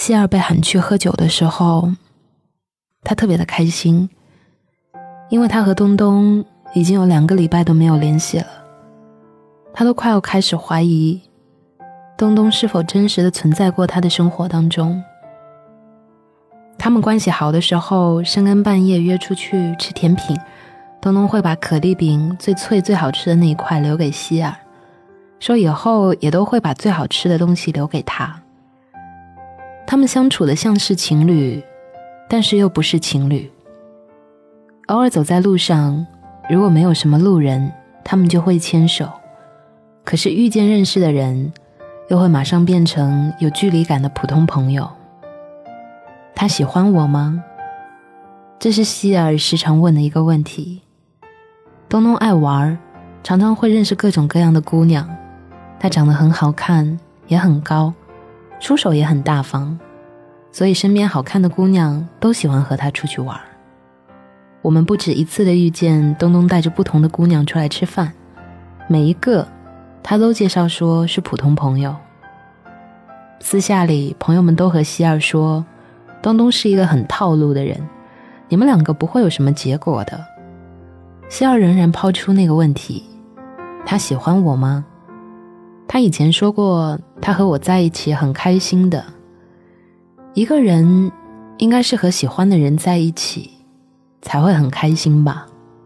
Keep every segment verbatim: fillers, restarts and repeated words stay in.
希儿被喊去喝酒的时候，他特别的开心，因为他和东东已经有两个礼拜都没有联系了，他都快要开始怀疑东东是否真实的存在过他的生活当中。他们关系好的时候，深更半夜约出去吃甜品，东东会把可丽饼最脆最好吃的那一块留给希儿，说以后也都会把最好吃的东西留给他。他们相处的像是情侣，但是又不是情侣。偶尔走在路上，如果没有什么路人，他们就会牵手，可是遇见认识的人，又会马上变成有距离感的普通朋友。他喜欢我吗？这是希儿时常问的一个问题。东东爱玩，常常会认识各种各样的姑娘，他长得很好看，也很高，出手也很大方，所以身边好看的姑娘都喜欢和他出去玩。我们不止一次的遇见东东带着不同的姑娘出来吃饭，每一个他都介绍说是普通朋友。私下里朋友们都和希儿说，东东是一个很套路的人，你们两个不会有什么结果的。希儿仍然抛出那个问题，他喜欢我吗？他以前说过，他和我在一起很开心的。一个人应该是和喜欢的人在一起才会很开心吧。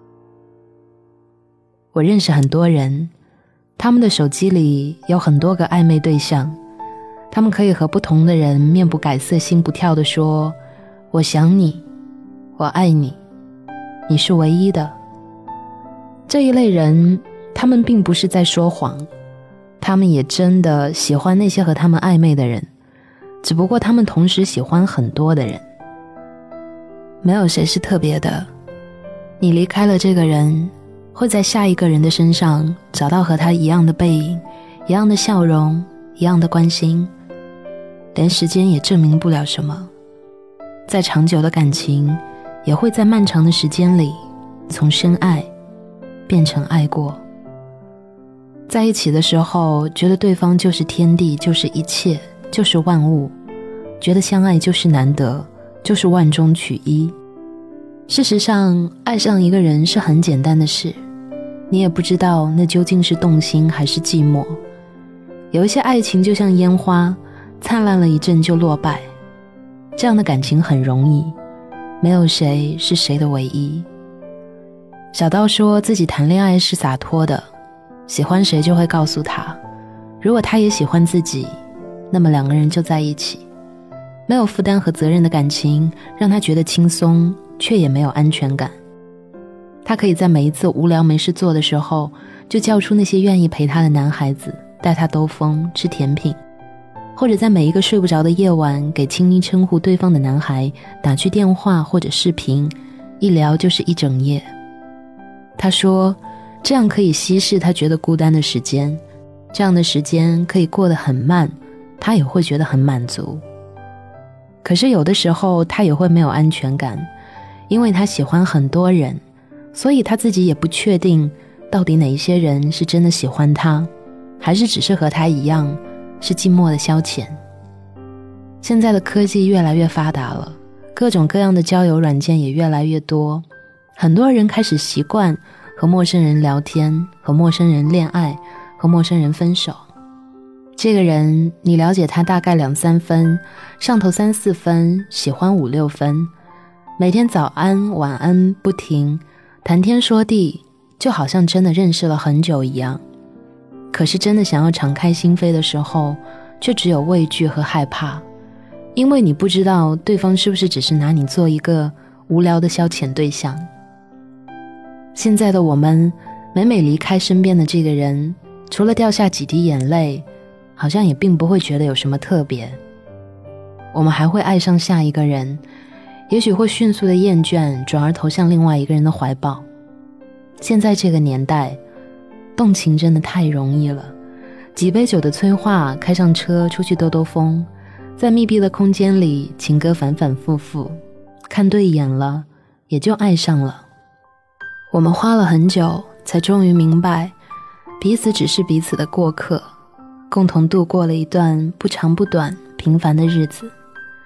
我认识很多人，他们的手机里有很多个暧昧对象，他们可以和不同的人面不改色心不跳地说，我想你，我爱你，你是唯一的。这一类人，他们并不是在说谎，他们也真的喜欢那些和他们暧昧的人，只不过他们同时喜欢很多的人。没有谁是特别的，你离开了这个人，会在下一个人的身上找到和他一样的背影，一样的笑容，一样的关心，连时间也证明不了什么。再长久的感情，也会在漫长的时间里，从深爱变成爱过。在一起的时候，觉得对方就是天地，就是一切，就是万物，觉得相爱就是难得，就是万中取一。事实上，爱上一个人是很简单的事，你也不知道那究竟是动心还是寂寞。有一些爱情就像烟花，灿烂了一阵就落败，这样的感情很容易，没有谁是谁的唯一。小刀说自己谈恋爱是洒脱的，喜欢谁就会告诉他，如果他也喜欢自己，那么两个人就在一起。没有负担和责任的感情让他觉得轻松，却也没有安全感。他可以在每一次无聊没事做的时候，就叫出那些愿意陪他的男孩子，带他兜风吃甜品，或者在每一个睡不着的夜晚，给亲昵称呼对方的男孩打去电话或者视频，一聊就是一整夜。他说这样可以稀释他觉得孤单的时间，这样的时间可以过得很慢，他也会觉得很满足。可是有的时候他也会没有安全感，因为他喜欢很多人，所以他自己也不确定到底哪一些人是真的喜欢他，还是只是和他一样是寂寞的消遣。现在的科技越来越发达了，各种各样的交友软件也越来越多，很多人开始习惯和陌生人聊天，和陌生人恋爱，和陌生人分手。这个人你了解他大概两三分，上头三四分，喜欢五六分，每天早安晚安不停，谈天说地，就好像真的认识了很久一样。可是真的想要敞开心扉的时候，却只有畏惧和害怕，因为你不知道对方是不是只是拿你做一个无聊的消遣对象。现在的我们每每离开身边的这个人，除了掉下几滴眼泪，好像也并不会觉得有什么特别。我们还会爱上下一个人，也许会迅速的厌倦，转而投向另外一个人的怀抱。现在这个年代，动情真的太容易了，几杯酒的催化，开上车出去兜兜风，在密闭的空间里，情歌反反复复，看对眼了，也就爱上了。我们花了很久，才终于明白，彼此只是彼此的过客，共同度过了一段不长不短平凡的日子。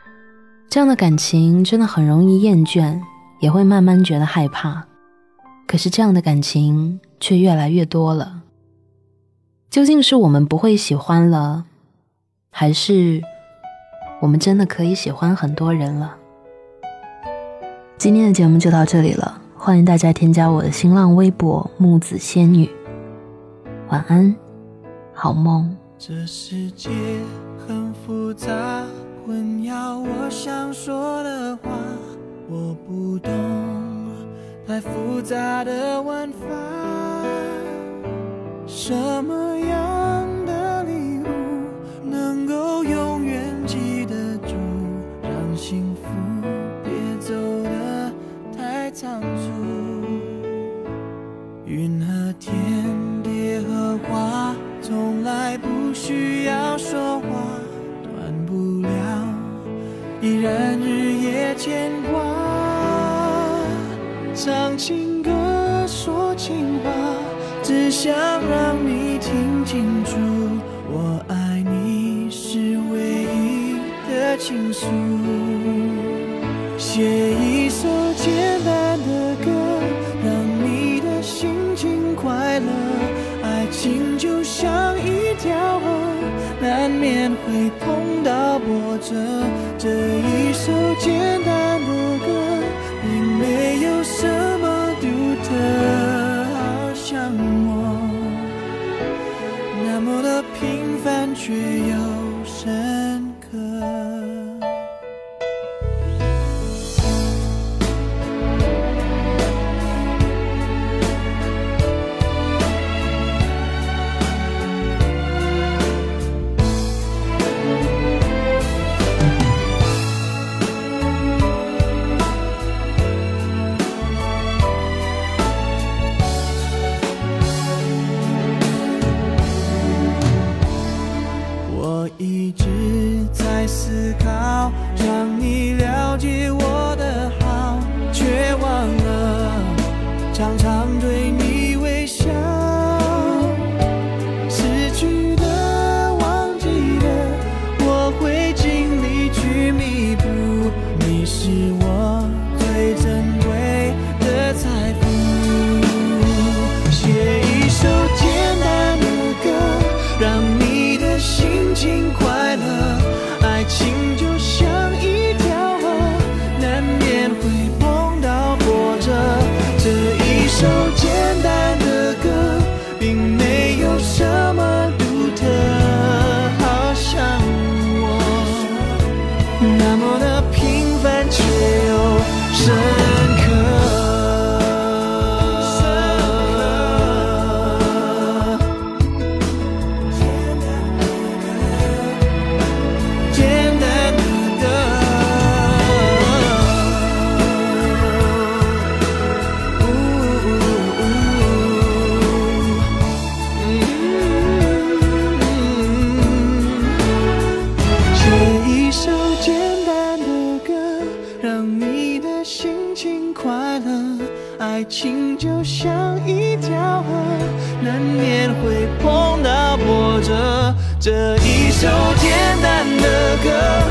这样的感情真的很容易厌倦，也会慢慢觉得害怕。可是这样的感情却越来越多了。究竟是我们不会喜欢了，还是我们真的可以喜欢很多人了？今天的节目就到这里了，欢迎大家添加我的新浪微博木子仙女。晚安，好梦。 这世界很复杂，混淆我想说的话，我不懂太复杂的玩法。什么样的礼物能够永远记得住，让幸福别走得太仓促。云和天，蝶和花，从来不需要说话，断不了依然日夜牵挂。唱情歌说情话，只想让你听清楚，我爱你是唯一的倾诉。写一首简单的歌，让你的心情快乐。爱情就像一条河，难免会碰到波折。这一首简单的歌，并没有什么独特，好像我那么的平凡却又深刻。一直在思考，让你了解我的好，却忘了常常对你微笑。失去的忘记的，我会尽力去弥补。你是我最珍贵的财富。写一首简单的歌，让你的心情快乐。爱情就像一条河，难免会碰到波折。这一首简单的歌，并没有什么独特，好像我那么的平凡却又深刻。爱情就像一条河，难免会碰到波折。这一首简单的歌，